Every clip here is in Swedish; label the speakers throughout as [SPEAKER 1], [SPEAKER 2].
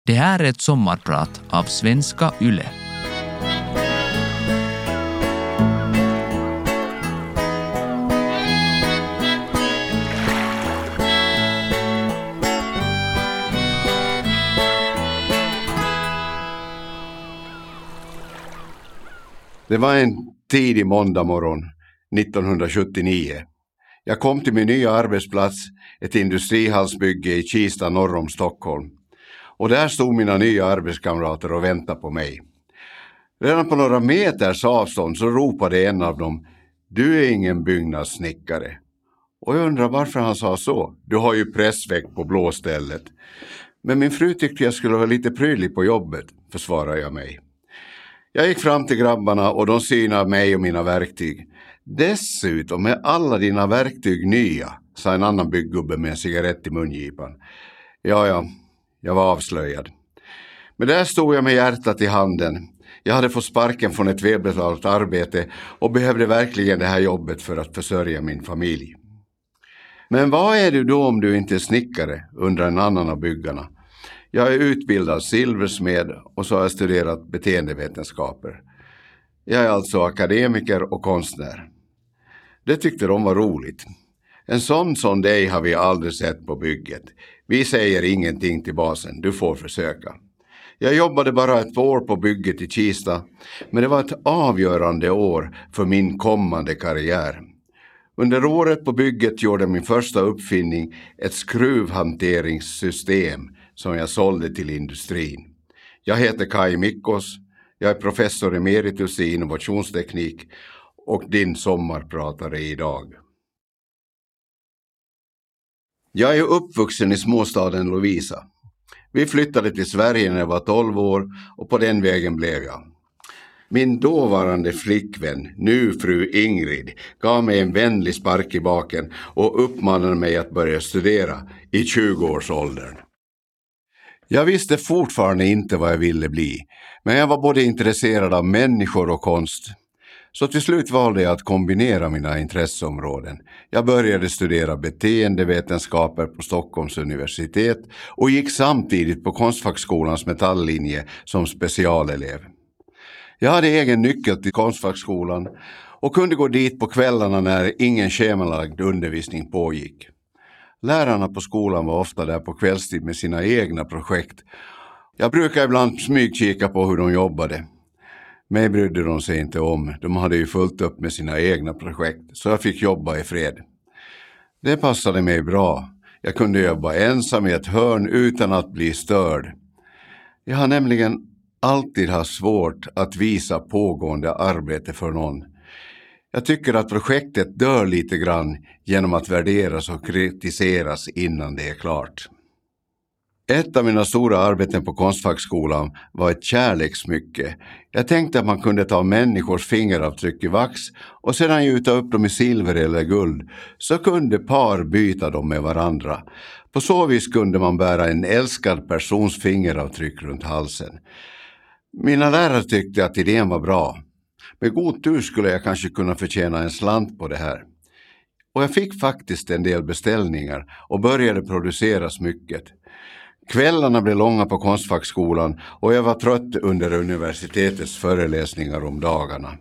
[SPEAKER 1] Det här är ett sommarprat av Svenska Yle.
[SPEAKER 2] Det var en tidig måndag morgon 1979. Jag kom till min nya arbetsplats, ett industrihallsbygge i Kista norr om Stockholm. Och där stod mina nya arbetskamrater och väntade på mig. Redan på några meters avstånd så ropade en av dem: "Du är ingen byggnadssnickare." Och jag undrar varför han sa så. "Du har ju pressväck på blåstället." Men min fru tyckte jag skulle vara lite prydlig på jobbet, försvarade jag mig. Jag gick fram till grabbarna och de synade mig och mina verktyg. "Dessutom är alla dina verktyg nya", sa en annan bygggubbe med en cigarett i mungipan. Ja, jag var avslöjad. Men där stod jag med hjärtat i handen. Jag hade fått sparken från ett välbetalt arbete och behövde verkligen det här jobbet för att försörja min familj. "Men vad är du då om du inte är snickare?" undrar en annan av byggarna. "Jag är utbildad silversmed och så har jag studerat beteendevetenskaper. Jag är alltså akademiker och konstnär." Det tyckte de var roligt. "En sån som dig har vi aldrig sett på bygget. Vi säger ingenting till basen, du får försöka." Jag jobbade bara ett år på bygget i Kista, men det var ett avgörande år för min kommande karriär. Under året på bygget gjorde min första uppfinning ett skruvhanteringssystem som jag sålde till industrin. Jag heter Kai Mikkos, jag är professor emeritus i innovationsteknik och din sommarpratare idag. Jag är uppvuxen i småstaden Lovisa. Vi flyttade till Sverige när jag var 12 år och på den vägen blev jag. Min dåvarande flickvän, nu fru Ingrid, gav mig en vänlig spark i baken och uppmanade mig att börja studera i 20-årsåldern. Jag visste fortfarande inte vad jag ville bli, men jag var både intresserad av människor och konst. Så till slut valde jag att kombinera mina intresseområden. Jag började studera beteendevetenskaper på Stockholms universitet och gick samtidigt på Konstfackskolans metalllinje som specialelev. Jag hade egen nyckel till Konstfackskolan och kunde gå dit på kvällarna när ingen schemalagd undervisning pågick. Lärarna på skolan var ofta där på kvällstid med sina egna projekt. Jag brukade ibland smygkika på hur de jobbade. Mig brydde de sig inte om, de hade ju fullt upp med sina egna projekt, så jag fick jobba i fred. Det passade mig bra. Jag kunde jobba ensam i ett hörn utan att bli störd. Jag har nämligen alltid haft svårt att visa pågående arbete för någon. Jag tycker att projektet dör lite grann genom att värderas och kritiseras innan det är klart. Ett av mina stora arbeten på Konstfackskolan var ett kärlekssmycke. Jag tänkte att man kunde ta människors fingeravtryck i vax och sedan gjuta upp dem i silver eller guld, så kunde par byta dem med varandra. På så vis kunde man bära en älskad persons fingeravtryck runt halsen. Mina lärare tyckte att idén var bra. Med god tur skulle jag kanske kunna förtjäna en slant på det här. Och jag fick faktiskt en del beställningar och började producera smycket. Kvällarna blev långa på Konstfackskolan och jag var trött under universitetets föreläsningar om dagarna.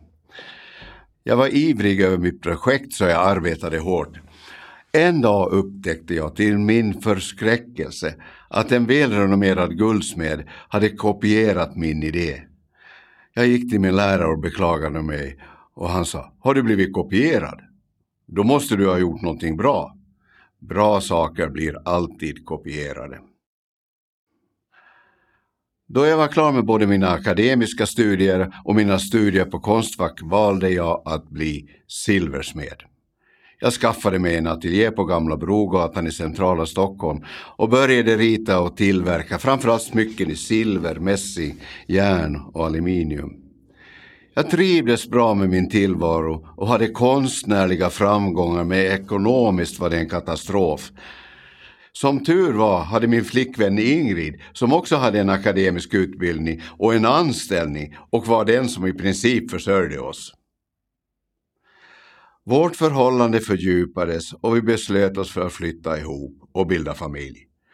[SPEAKER 2] Jag var ivrig över mitt projekt så jag arbetade hårt. En dag upptäckte jag till min förskräckelse att en välrenommerad guldsmed hade kopierat min idé. Jag gick till min lärare och beklagade mig och han sa: "Har du blivit kopierad? Då måste du ha gjort någonting bra." Bra saker blir alltid kopierade. Då jag var klar med både mina akademiska studier och mina studier på Konstfack valde jag att bli silversmed. Jag skaffade mig en ateljé på Gamla Brogatan i centrala Stockholm och började rita och tillverka framförallt smycken i silver, mässing, järn och aluminium. Jag trivdes bra med min tillvaro och hade konstnärliga framgångar, med ekonomiskt var det en katastrof. Som tur var hade min flickvän Ingrid, som också hade en akademisk utbildning och en anställning och var den som i princip försörjde oss. Vårt förhållande fördjupades och vi beslöt oss för att flytta ihop och bilda familj.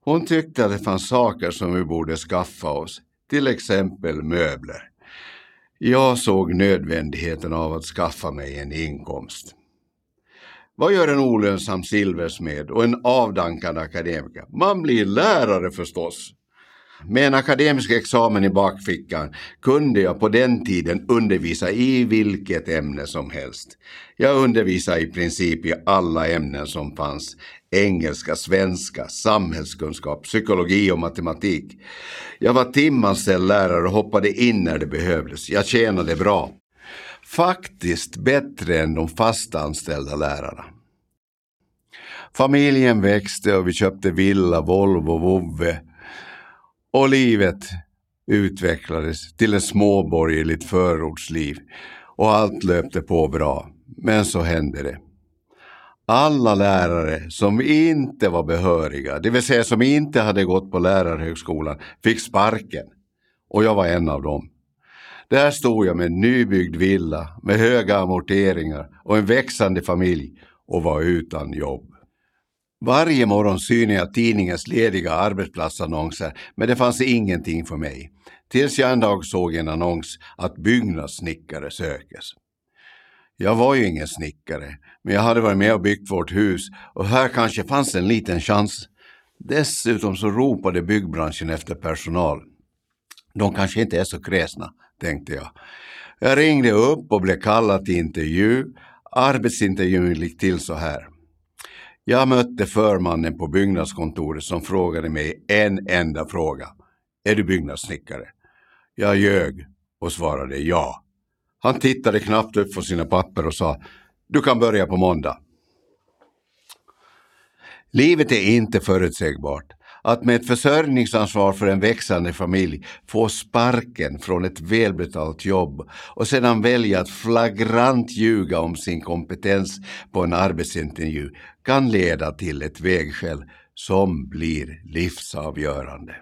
[SPEAKER 2] Hon tyckte att det fanns saker som vi borde skaffa oss, till exempel möbler. Jag såg nödvändigheten av att skaffa mig en inkomst. Vad gör en olönsam silversmed och en avdankad akademiker? Man blir lärare förstås. Med en akademisk examen i bakfickan kunde jag på den tiden undervisa i vilket ämne som helst. Jag undervisade i princip i alla ämnen som fanns. Engelska, svenska, samhällskunskap, psykologi och matematik. Jag var timanställd lärare och hoppade in när det behövdes. Jag tjänade bra. Faktiskt bättre än de fastanställda lärarna. Familjen växte och vi köpte villa, Volvo, Vovve. Och livet utvecklades till ett småborgerligt förortsliv och allt löpte på bra. Men så hände det. Alla lärare som inte var behöriga, det vill säga som inte hade gått på lärarhögskolan, fick sparken. Och jag var en av dem. Där stod jag med en nybyggd villa, med höga amorteringar och en växande familj och var utan jobb. Varje morgon synade jag tidningens lediga arbetsplatsannonser, men det fanns ingenting för mig. Tills jag en dag såg en annons att byggnadssnickare sökes. Jag var ju ingen snickare, men jag hade varit med och byggt vårt hus och här kanske fanns en liten chans. Dessutom så ropade byggbranschen efter personal. De kanske inte är så kräsna, tänkte jag. Jag ringde upp och blev kallad till intervju. Arbetsintervjun gick till så här. Jag mötte förmannen på byggnadskontoret som frågade mig en enda fråga. Är du byggnadssnickare? Jag ljög och svarade ja. Han tittade knappt upp från sina papper och sa, du kan börja på måndag. Livet är inte förutsägbart. Att med ett försörjningsansvar för en växande familj få sparken från ett välbetalt jobb och sedan välja att flagrant ljuga om sin kompetens på en arbetsintervju kan leda till ett vägskäl som blir livsavgörande.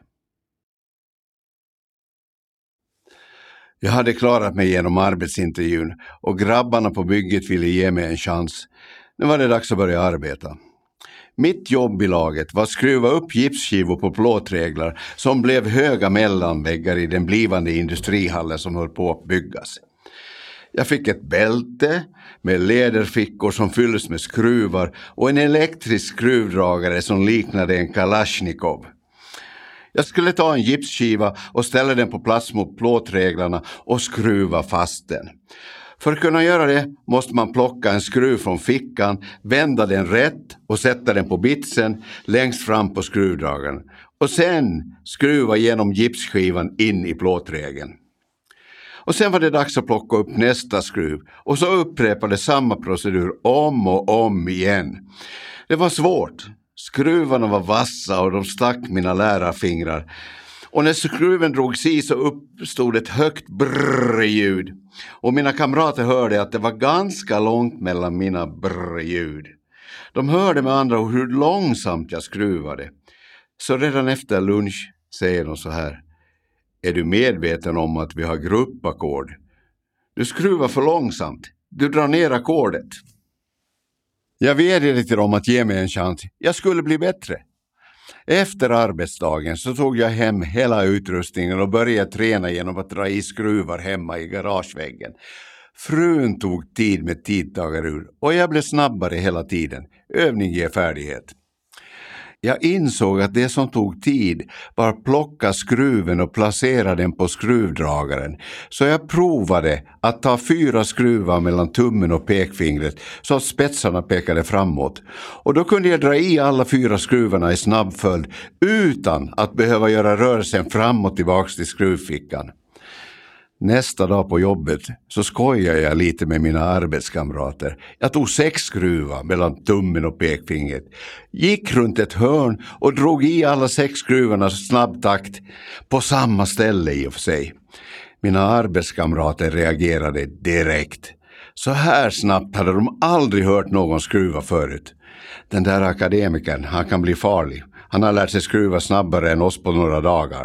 [SPEAKER 2] Jag hade klarat mig genom arbetsintervjun och grabbarna på bygget ville ge mig en chans. Nu var det dags att börja arbeta. Mitt jobb i laget var att skruva upp gipsskivor på plåtreglar som blev höga mellanväggar i den blivande industrihallen som höll på att byggas. Jag fick ett bälte med läderfickor som fylldes med skruvar och en elektrisk skruvdragare som liknade en Kalashnikov. Jag skulle ta en gipsskiva och ställa den på plats mot plåtreglarna och skruva fast den. För att kunna göra det måste man plocka en skruv från fickan, vända den rätt och sätta den på bitsen längst fram på skruvdragaren. Och sen skruva genom gipsskivan in i plåtregeln. Och sen var det dags att plocka upp nästa skruv och så upprepade samma procedur om och om igen. Det var svårt. Skruvarna var vassa och de stack mina lärarfingrar. Och när skruven drogs i så uppstod ett högt brrrljud. Och mina kamrater hörde att det var ganska långt mellan mina brrrljud. De hörde med andra ord hur långsamt jag skruvade. Så redan efter lunch säger de så här. Är du medveten om att vi har gruppackord? Du skruvar för långsamt. Du drar ner ackordet. Jag vädjade till dem att ge mig en chans. Jag skulle bli bättre. Efter arbetsdagen så tog jag hem hela utrustningen och började träna genom att dra i skruvar hemma i garageväggen. Frun tog tid med tidtagarur och jag blev snabbare hela tiden. Övning ger färdighet. Jag insåg att det som tog tid var att plocka skruven och placera den på skruvdragaren. Så jag provade att ta 4 skruvar mellan tummen och pekfingret så att spetsarna pekade framåt. Och då kunde jag dra i alla 4 skruvarna i snabb följd utan att behöva göra rörelsen fram och tillbaka till skruvfickan. Nästa dag på jobbet så skojade jag lite med mina arbetskamrater. Jag tog 6 skruvar mellan tummen och pekfingret. Gick runt ett hörn och drog i alla 6 skruvarna i snabb takt på samma ställe i och för sig. Mina arbetskamrater reagerade direkt. Så här snabbt hade de aldrig hört någon skruva förut. Den där akademikern, han kan bli farlig. Han har lärt sig skruva snabbare än oss på några dagar.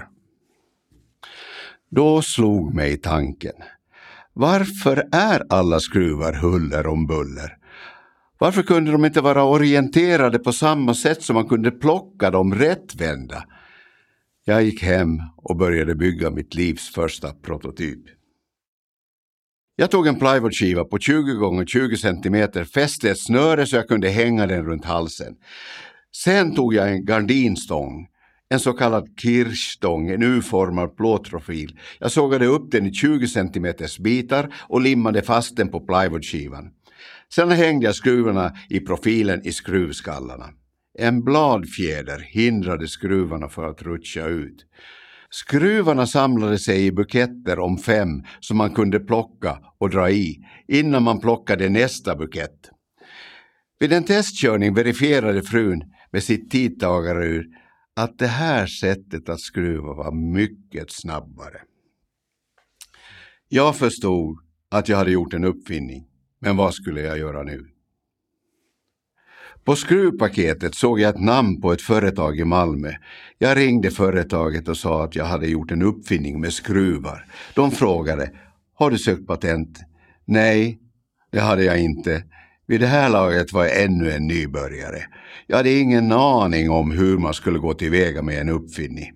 [SPEAKER 2] Då slog mig tanken. Varför är alla skruvar huller om buller? Varför kunde de inte vara orienterade på samma sätt som man kunde plocka dem rättvända? Jag gick hem och började bygga mitt livs första prototyp. Jag tog en plywoodskiva på 20 x 20 cm, fäste ett snöre så jag kunde hänga den runt halsen. Sen tog jag en gardinstång, en så kallad kirschstång, en U-formad plåtprofil. Jag sågade upp den i 20 cm bitar och limmade fast den på plywoodskivan. Sen hängde jag skruvarna i profilen i skruvskallarna. En bladfjäder hindrade skruvarna för att rutscha ut. Skruvarna samlade sig i buketter om 5 som man kunde plocka och dra i innan man plockade nästa bukett. Vid en testkörning verifierade frun med sitt tidtagarur att det här sättet att skruva var mycket snabbare. Jag förstod att jag hade gjort en uppfinning, men vad skulle jag göra nu? På skruvpaketet såg jag ett namn på ett företag i Malmö. Jag ringde företaget och sa att jag hade gjort en uppfinning med skruvar. De frågade, har du sökt patent? Nej, det hade jag inte. Vid det här laget var jag ännu en nybörjare. Jag hade ingen aning om hur man skulle gå tillväga med en uppfinning.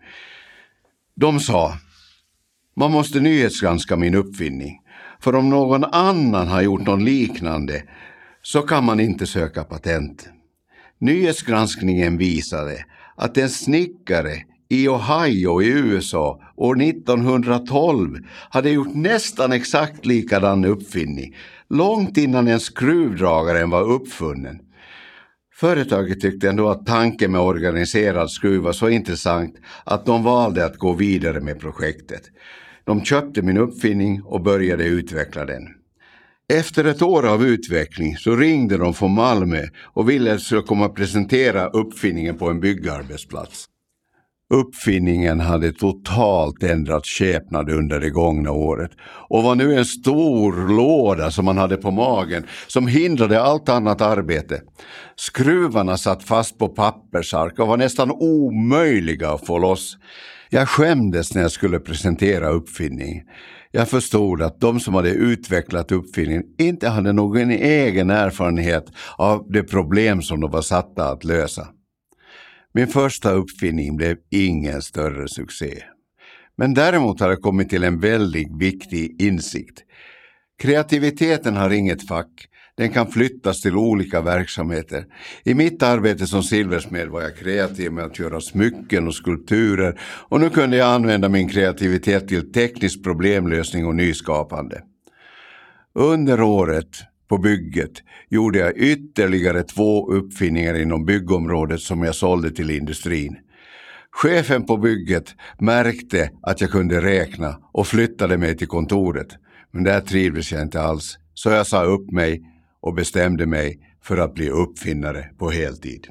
[SPEAKER 2] De sa, man måste nyhetsgranska min uppfinning. För om någon annan har gjort något liknande så kan man inte söka patent. Nyhetsgranskningen visade att en snickare i Ohio i USA år 1912 hade gjort nästan exakt likadan uppfinning, långt innan en skruvdragare var uppfunnen. Företaget tyckte ändå att tanken med organiserad skruv var så intressant att de valde att gå vidare med projektet. De köpte min uppfinning och började utveckla den. Efter ett år av utveckling så ringde de från Malmö och ville att jag skulle komma och presentera uppfinningen på en byggarbetsplats. Uppfinningen hade totalt ändrat skepnad under det gångna året och var nu en stor låda som man hade på magen som hindrade allt annat arbete. Skruvarna satt fast på pappersark och var nästan omöjliga att få loss. Jag skämdes när jag skulle presentera uppfinningen. Jag förstod att de som hade utvecklat uppfinningen inte hade någon egen erfarenhet av det problem som de var satta att lösa. Min första uppfinning blev ingen större succé. Men däremot har jag kommit till en väldigt viktig insikt. Kreativiteten har inget fack. Den kan flyttas till olika verksamheter. I mitt arbete som silversmed var jag kreativ med att göra smycken och skulpturer och nu kunde jag använda min kreativitet till teknisk problemlösning och nyskapande. Under året på bygget gjorde jag ytterligare 2 uppfinningar inom byggområdet som jag sålde till industrin. Chefen på bygget märkte att jag kunde räkna och flyttade mig till kontoret. Men där trivdes jag inte alls, så jag sa upp mig och bestämde mig för att bli uppfinnare på heltid.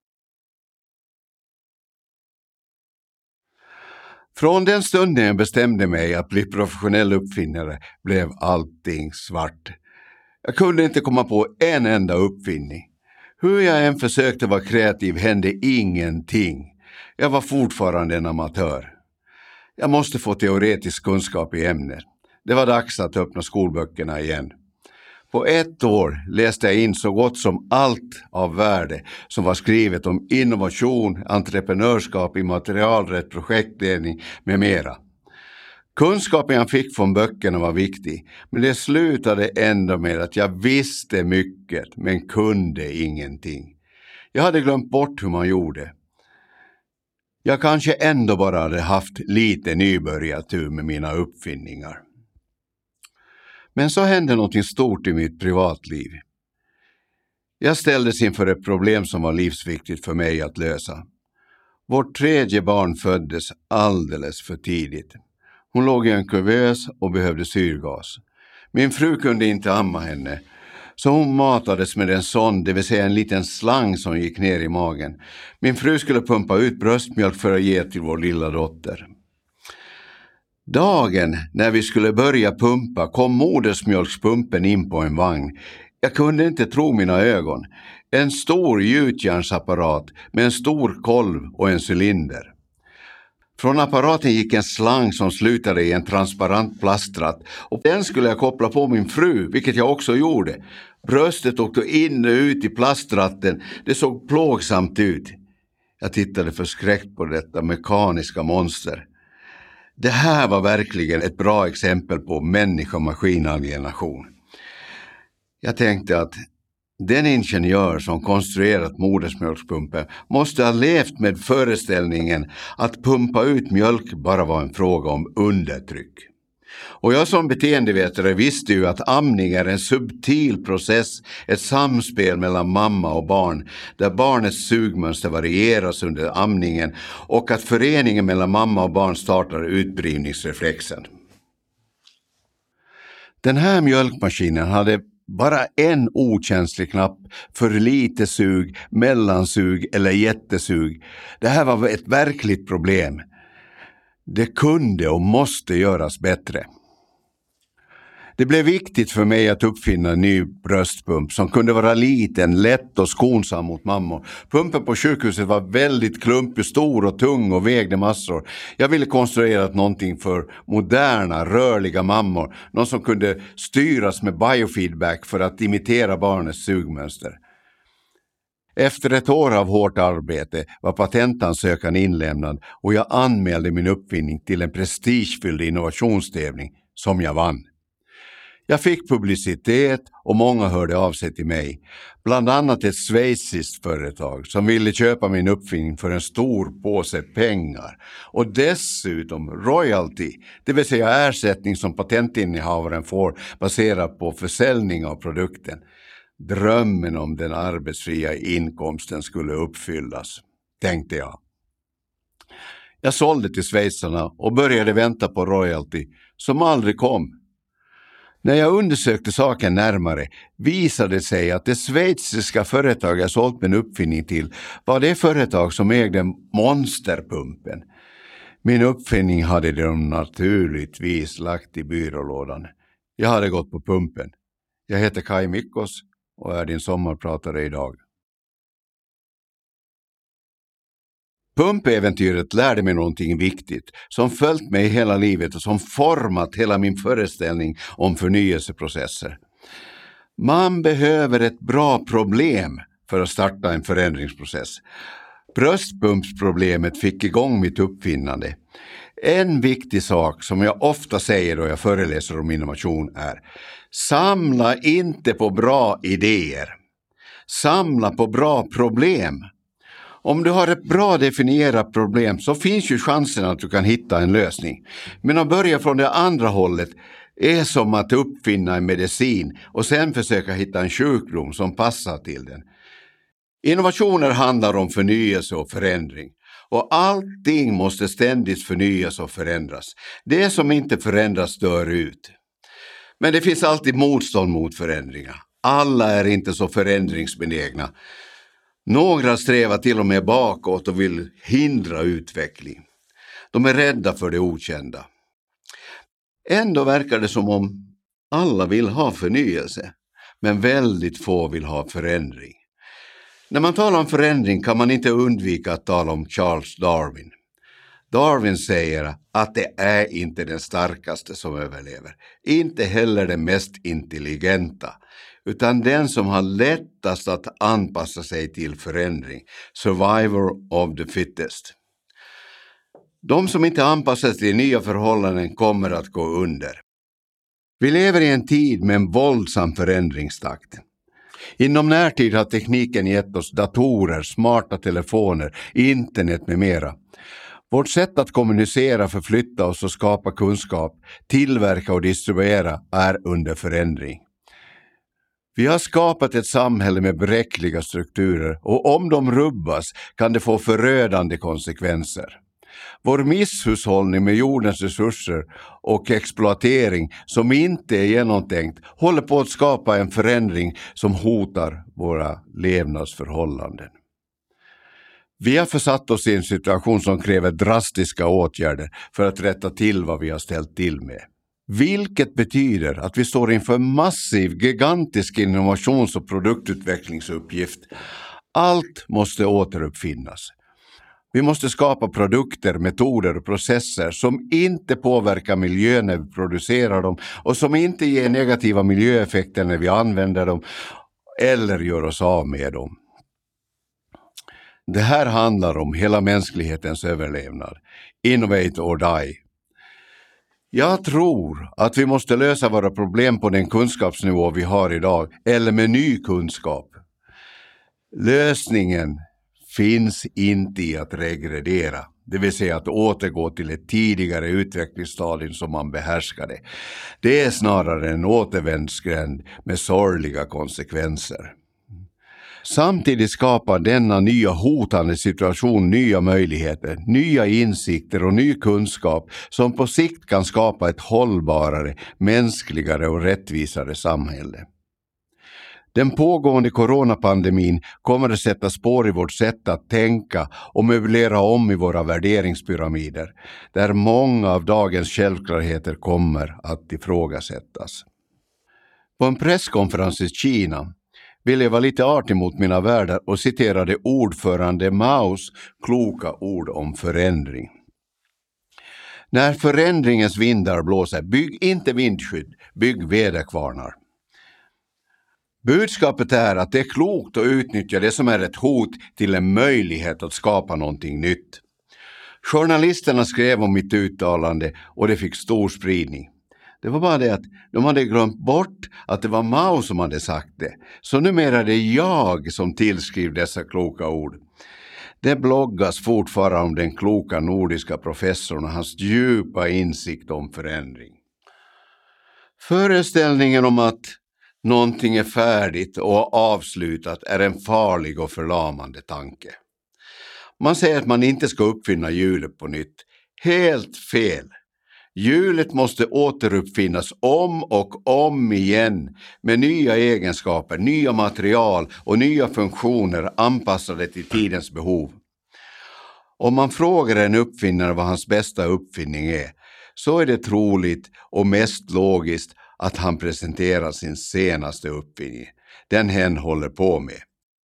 [SPEAKER 2] Från den stunden jag bestämde mig att bli professionell uppfinnare blev allting svart. Jag kunde inte komma på en enda uppfinning. Hur jag än försökte vara kreativ hände ingenting. Jag var fortfarande en amatör. Jag måste få teoretisk kunskap i ämnet. Det var dags att öppna skolböckerna igen. På 1 år läste jag in så gott som allt av värde som var skrivet om innovation, entreprenörskap, immaterialrätt, projektledning med mera. Kunskapen jag fick från böckerna var viktig, men det slutade ändå med att jag visste mycket men kunde ingenting. Jag hade glömt bort hur man gjorde. Jag kanske ändå bara hade haft lite nybörjartur med mina uppfinningar. Men så hände något stort i mitt privatliv. Jag ställdes inför ett problem som var livsviktigt för mig att lösa. Vårt 3:e barn föddes alldeles för tidigt. Hon låg i en kuvös och behövde syrgas. Min fru kunde inte amma henne, så hon matades med en sond, det vill säga en liten slang som gick ner i magen. Min fru skulle pumpa ut bröstmjölk för att ge till vår lilla dotter. Dagen när vi skulle börja pumpa kom modersmjölkspumpen in på en vagn. Jag kunde inte tro mina ögon. En stor gjutjärnsapparat med en stor kolv och en cylinder. Från apparaten gick en slang som slutade i en transparent plastratt och den skulle jag koppla på min fru, vilket jag också gjorde. Bröstet åkte in och ut i plastratten. Det såg plågsamt ut. Jag tittade förskräckt på detta mekaniska monster. Det här var verkligen ett bra exempel på människa-maskin-alienation. Jag tänkte att den ingenjör som konstruerat modersmjölkspumpen måste ha levt med föreställningen att pumpa ut mjölk bara var en fråga om undertryck. Och jag som beteendevetare visste ju att amning är en subtil process, ett samspel mellan mamma och barn, där barnets sugmönster varieras under amningen och att föreningen mellan mamma och barn startar utbrivningsreflexen. Den här mjölkmaskinen hade bara en okänslig knapp för lite sug, mellansug eller jättesug. Det här var ett verkligt problem. Det kunde och måste göras bättre. Det blev viktigt för mig att uppfinna en ny bröstpump som kunde vara liten, lätt och skonsam mot mammor. Pumpen på sjukhuset var väldigt klumpig, stor och tung och vägde massor. Jag ville konstruera någonting för moderna, rörliga mammor. Någon som kunde styras med biofeedback för att imitera barnets sugmönster. Efter ett år av hårt arbete var patentansökan inlämnad och jag anmälde min uppfinning till en prestigefylld innovationstävling som jag vann. Jag fick publicitet och många hörde av sig till mig. Bland annat ett schweiziskt företag som ville köpa min uppfinning för en stor påse pengar. Och dessutom royalty, det vill säga ersättning som patentinnehavaren får baserat på försäljning av produkten. Drömmen om den arbetsfria inkomsten skulle uppfyllas, tänkte jag. Jag sålde till schweizarna och började vänta på royalty som aldrig kom. När jag undersökte saken närmare visade det sig att det schweiziska företag jag sålt min uppfinning till var det företag som ägde monsterpumpen. Min uppfinning hade de naturligtvis lagt i byrålådan. Jag hade gått på pumpen. Jag heter Kai Mikkos och är din sommarpratare idag. Pumpäventyret lärde mig någonting viktigt som följt mig hela livet och som format hela min föreställning om förnyelseprocesser. Man behöver ett bra problem för att starta en förändringsprocess. Bröstpumpsproblemet fick igång mitt uppfinnande. En viktig sak som jag ofta säger då jag föreläser om innovation är: samla inte på bra idéer. Samla på bra problem. Om du har ett bra definierat problem så finns ju chansen att du kan hitta en lösning. Men att börja från det andra hållet är som att uppfinna en medicin och sen försöka hitta en sjukdom som passar till den. Innovationer handlar om förnyelse och förändring. Och allting måste ständigt förnyas och förändras. Det som inte förändras dör ut. Men det finns alltid motstånd mot förändringar. Alla är inte så förändringsbenägna. Några strävar till och med bakåt och vill hindra utveckling. De är rädda för det okända. Ändå verkar det som om alla vill ha förnyelse, men väldigt få vill ha förändring. När man talar om förändring kan man inte undvika att tala om Charles Darwin. Darwin säger att det är inte den starkaste som överlever, inte heller den mest intelligenta, utan den som har lättast att anpassa sig till förändring, survivor of the fittest. De som inte anpassas till nya förhållanden kommer att gå under. Vi lever i en tid med en våldsam förändringstakt. Inom närtid har tekniken gett oss datorer, smarta telefoner, internet med mera. Vårt sätt att kommunicera, förflytta oss och skapa kunskap, tillverka och distribuera är under förändring. Vi har skapat ett samhälle med bräckliga strukturer och om de rubbas kan det få förödande konsekvenser. Vår misshushållning med jordens resurser och exploatering som inte är genomtänkt håller på att skapa en förändring som hotar våra levnadsförhållanden. Vi har försatt oss i en situation som kräver drastiska åtgärder för att rätta till vad vi har ställt till med. Vilket betyder att vi står inför en massiv, gigantisk innovations- och produktutvecklingsuppgift. Allt måste återuppfinnas. Vi måste skapa produkter, metoder och processer som inte påverkar miljön när vi producerar dem och som inte ger negativa miljöeffekter när vi använder dem eller gör oss av med dem. Det här handlar om hela mänsklighetens överlevnad. Innovate or die. Jag tror att vi måste lösa våra problem på den kunskapsnivå vi har idag eller med ny kunskap. Lösningen finns inte i att regredera, det vill säga att återgå till ett tidigare utvecklingsstadium som man behärskade. Det är snarare en återvändsgränd med sorgliga konsekvenser. Samtidigt skapar denna nya hotande situation nya möjligheter, nya insikter och ny kunskap som på sikt kan skapa ett hållbarare, mänskligare och rättvisare samhälle. Den pågående coronapandemin kommer att sätta spår i vårt sätt att tänka och möblera om i våra värderingspyramider, där många av dagens självklarheter kommer att ifrågasättas. På en presskonferens i Kina ville jag vara lite artig mot mina värdar och citerade ordförande Maos kloka ord om förändring. När förändringens vindar blåser, bygg inte vindskydd, bygg väderkvarnar. Budskapet är att det är klokt att utnyttja det som är ett hot till en möjlighet att skapa någonting nytt. Journalisterna skrev om mitt uttalande och det fick stor spridning. Det var bara det att de hade glömt bort att det var Mao som hade sagt det. Så numera är det jag som tillskriver dessa kloka ord. Det bloggas fortfarande om den kloka nordiska professorn och hans djupa insikt om förändring. Föreställningen om att någonting är färdigt och avslutat är en farlig och förlamande tanke. Man säger att man inte ska uppfinna hjulet på nytt. Helt fel. Hjulet måste återuppfinnas om och om igen med nya egenskaper, nya material och nya funktioner anpassade till tidens behov. Om man frågar en uppfinnare vad hans bästa uppfinning är, så är det troligt och mest logiskt att han presenterar sin senaste uppfinning, den hen håller på med.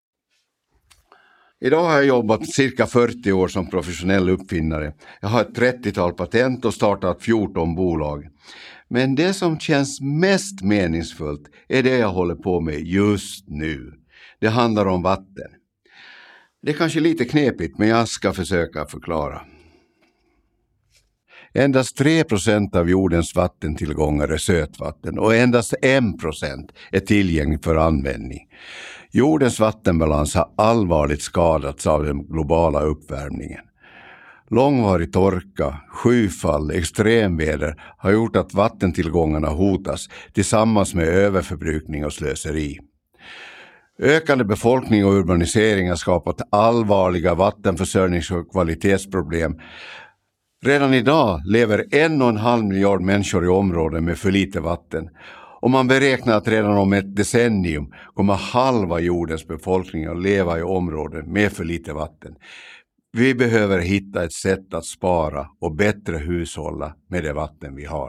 [SPEAKER 2] Idag har jag jobbat cirka 40 år som professionell uppfinnare. Jag har ett 30-tal patent och startat 14 bolag. Men det som känns mest meningsfullt är det jag håller på med just nu. Det handlar om vatten. Det är kanske lite knepigt, men jag ska försöka förklara. Endast 3% av jordens vattentillgångar är sötvatten och endast 1% är tillgänglig för användning. Jordens vattenbalans har allvarligt skadats av den globala uppvärmningen. Långvarig torka, skyfall, extremväder har gjort att vattentillgångarna hotas tillsammans med överförbrukning och slöseri. Ökande befolkning och urbanisering har skapat allvarliga vattenförsörjnings- och kvalitetsproblem. Redan idag lever 1,5 miljard människor i områden med för lite vatten. Och man beräknar att redan om ett decennium kommer halva jordens befolkning att leva i områden med för lite vatten. Vi behöver hitta ett sätt att spara och bättre hushålla med det vatten vi har.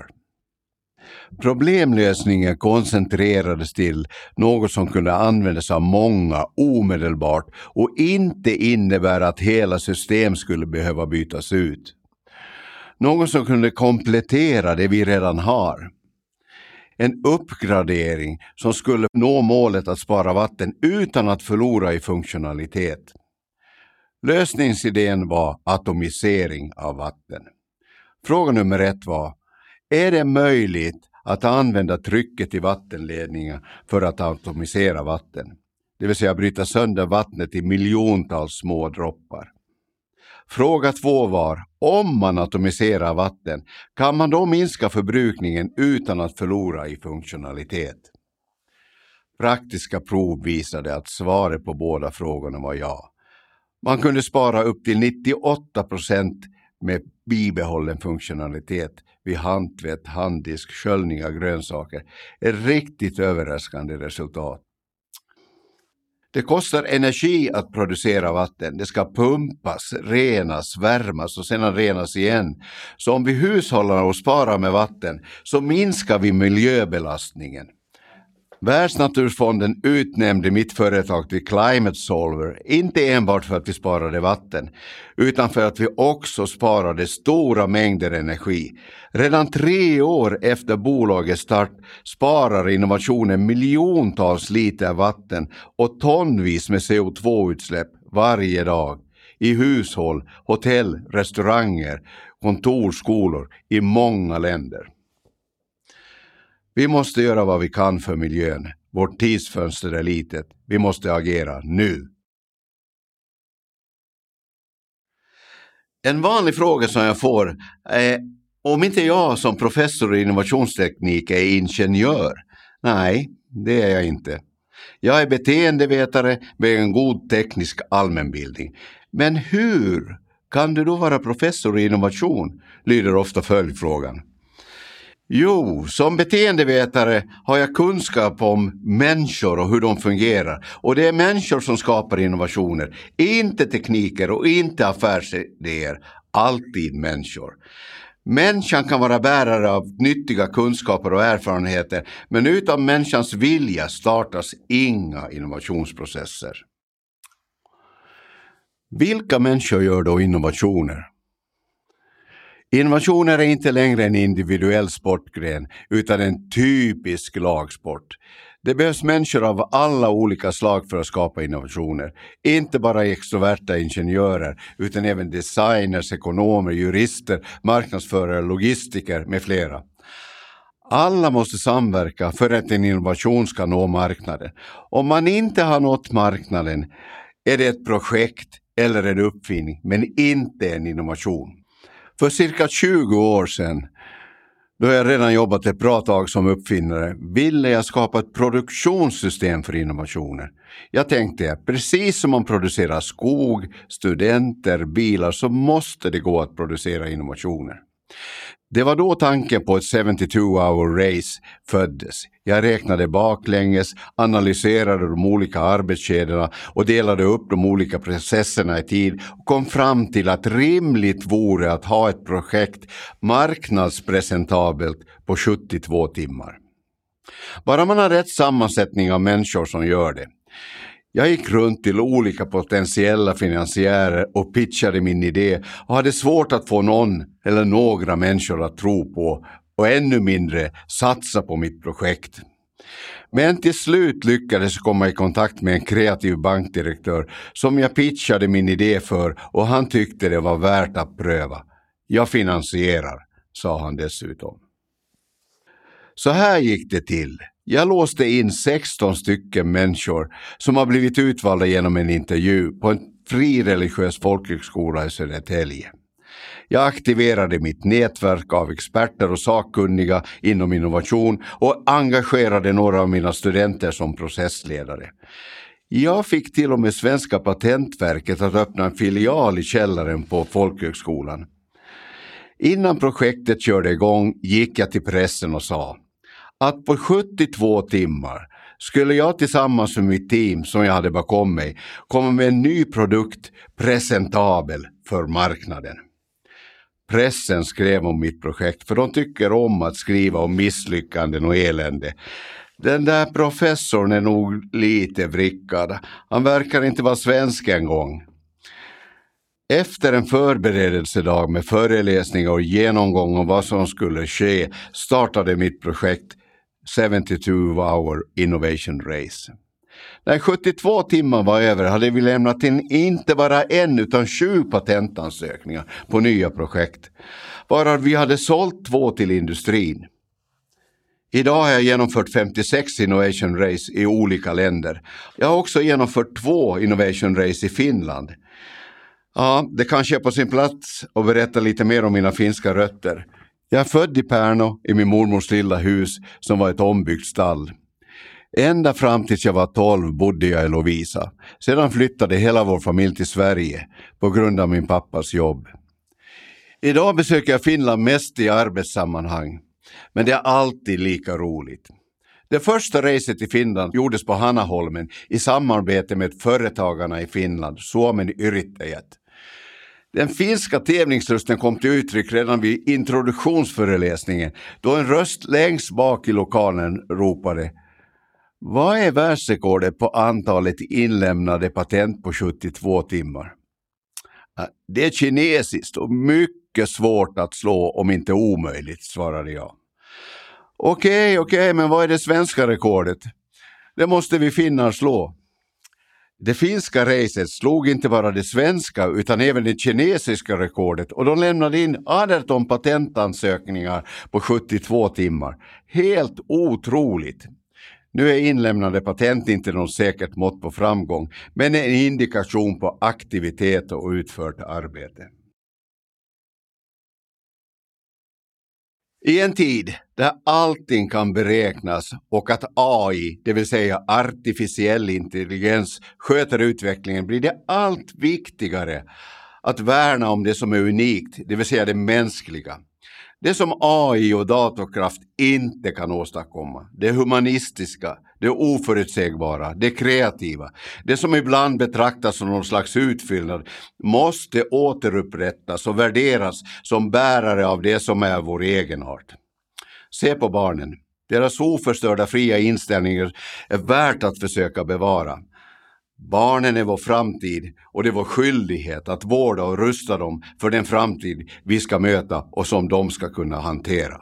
[SPEAKER 2] Problemlösningen koncentrerades till något som kunde användas av många omedelbart och inte innebär att hela system skulle behöva bytas ut. Något som kunde komplettera det vi redan har. En uppgradering som skulle nå målet att spara vatten utan att förlora i funktionalitet. Lösningsidén var atomisering av vatten. Fråga nummer 1 var: är det möjligt att använda trycket i vattenledningar för att atomisera vatten? Det vill säga bryta sönder vattnet i miljontals små droppar. Fråga 2 var: om man atomiserar vatten, kan man då minska förbrukningen utan att förlora i funktionalitet? Praktiska prov visade att svaret på båda frågorna var ja. Man kunde spara upp till 98% med bibehållen funktionalitet vid handtvätt, handdisk, sköljning av grönsaker. Ett riktigt överraskande resultat. Det kostar energi att producera vatten. Det ska pumpas, renas, värmas och sedan renas igen. Så om vi hushållar och sparar med vatten så minskar vi miljöbelastningen. Världsnaturfonden utnämnde mitt företag till Climate Solver, inte enbart för att vi sparade vatten, utan för att vi också sparade stora mängder energi. Redan 3 år efter bolagets start sparar innovationen miljontals liter vatten och tonvis med CO2-utsläpp varje dag i hushåll, hotell, restauranger, kontor, skolor i många länder. Vi måste göra vad vi kan för miljön. Vårt tidsfönster är litet. Vi måste agera nu. En vanlig fråga som jag får är om inte jag som professor i innovationsteknik är ingenjör. Nej, det är jag inte. Jag är beteendevetare med en god teknisk allmänbildning. Men hur kan du då vara professor i innovation? Lyder ofta följdfrågan. Jo, som beteendevetare har jag kunskap om människor och hur de fungerar. Och det är människor som skapar innovationer, inte tekniker och inte affärsidéer. Alltid människor. Människan kan vara bärare av nyttiga kunskaper och erfarenheter, men utan människans vilja startas inga innovationsprocesser. Vilka människor gör då innovationer? Innovationer är inte längre en individuell sportgren utan en typisk lagsport. Det behövs människor av alla olika slag för att skapa innovationer. Inte bara extroverta ingenjörer utan även designers, ekonomer, jurister, marknadsförare, logistiker med flera. Alla måste samverka för att en innovation ska nå marknaden. Om man inte har nått marknaden är det ett projekt eller en uppfinning, men inte en innovation. För cirka 20 år sedan, då jag redan jobbat ett bra tag som uppfinnare, ville jag skapa ett produktionssystem för innovationer. Jag tänkte, precis som man producerar skog, studenter, bilar, så måste det gå att producera innovationer. Det var då tanken på ett 72-hour race föddes. Jag räknade baklänges, analyserade de olika arbetskedjorna och delade upp de olika processerna i tid och kom fram till att rimligt vore att ha ett projekt marknadspresentabelt på 72 timmar. Bara man har rätt sammansättning av människor som gör det. Jag gick runt till olika potentiella finansiärer och pitchade min idé och hade svårt att få någon eller några människor att tro på och ännu mindre satsa på mitt projekt. Men till slut lyckades jag komma i kontakt med en kreativ bankdirektör som jag pitchade min idé för och han tyckte det var värt att pröva. Jag finansierar, sa han dessutom. Så här gick det till. Jag låste in 16 stycken människor som har blivit utvalda genom en intervju på en fri religiös folkhögskola i Södertälje. Jag aktiverade mitt nätverk av experter och sakkunniga inom innovation och engagerade några av mina studenter som processledare. Jag fick till och med Svenska Patentverket att öppna en filial i källaren på folkhögskolan. Innan projektet körde igång gick jag till pressen och sa att på 72 timmar skulle jag tillsammans med mitt team som jag hade bakom mig komma med en ny produkt presentabel för marknaden. Pressen skrev om mitt projekt för de tycker om att skriva om misslyckanden och elände. Den där professorn är nog lite vrickad. Han verkar inte vara svensk en gång. Efter en förberedelsedag med föreläsningar och genomgång om vad som skulle ske startade mitt projekt 72-hour Innovation Race. När 72 timmar var över hade vi lämnat in inte bara en utan 7 patentansökningar på nya projekt, varav vi hade sålt 2 till industrin. Idag har jag genomfört 56 Innovation Race i olika länder. Jag har också genomfört 2 Innovation Race i Finland. Ja, det kanske är på sin plats att berätta lite mer om mina finska rötter. Jag är född i Pärno i min mormors lilla hus som var ett ombyggt stall. Ända fram tills jag var 12 bodde jag i Lovisa. Sedan flyttade hela vår familj till Sverige på grund av min pappas jobb. Idag besöker jag Finland mest i arbetssammanhang. Men det är alltid lika roligt. Det första racet i Finland gjordes på Hanaholmen i samarbete med företagarna i Finland, Suomen Yrittäjät. Den finska tävlingslusten kom till uttryck redan vid introduktionsföreläsningen då en röst längst bak i lokalen ropade Vad är världsrekordet på antalet inlämnade patent på 72 timmar? Det är kinesiskt och mycket svårt att slå, om inte omöjligt, svarade jag. Okej, men vad är det svenska rekordet? Det måste vi finna och slå. Det finska racet slog inte bara det svenska utan även det kinesiska rekordet, och de lämnade in 18 patentansökningar på 72 timmar. Helt otroligt! Nu är inlämnade patent inte någon säkert mått på framgång, men en indikation på aktivitet och utfört arbete. I en tid där allting kan beräknas och att AI, det vill säga artificiell intelligens, sköter utvecklingen, blir det allt viktigare att värna om det som är unikt, det vill säga det mänskliga. Det som AI och datorkraft inte kan åstadkomma, det humanistiska, det oförutsägbara, det kreativa, det som ibland betraktas som någon slags utfyllnad, måste återupprättas och värderas som bärare av det som är vår egenart. Se på barnen. Deras oförstörda fria inställningar är värt att försöka bevara. Barnen är vår framtid, och det är vår skyldighet att vårda och rusta dem för den framtid vi ska möta och som de ska kunna hantera.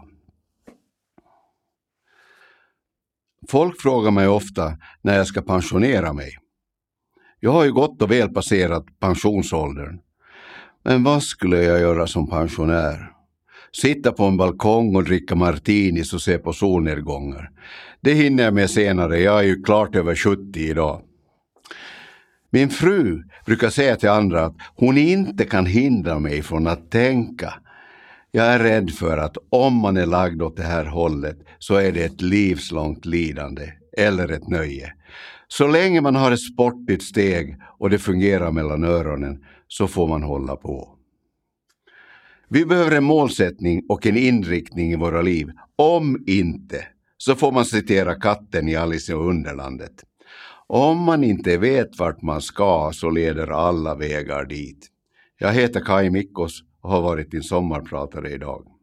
[SPEAKER 2] Folk frågar mig ofta när jag ska pensionera mig. Jag har ju gott och väl passerat pensionsåldern. Men vad skulle jag göra som pensionär? Sitta på en balkong och dricka martinis och se på solnedgångar. Det hinner jag med senare, jag är ju klart över 70 idag. Min fru brukar säga till andra att hon inte kan hindra mig från att tänka. Jag är rädd för att om man är lagd åt det här hållet så är det ett livslångt lidande eller ett nöje. Så länge man har ett sportigt steg och det fungerar mellan öronen så får man hålla på. Vi behöver en målsättning och en inriktning i våra liv. Om inte så får man citera katten i Alice i Underlandet. Om man inte vet vart man ska så leder alla vägar dit. Jag heter Kai Mikkos och har varit din sommarpratare idag.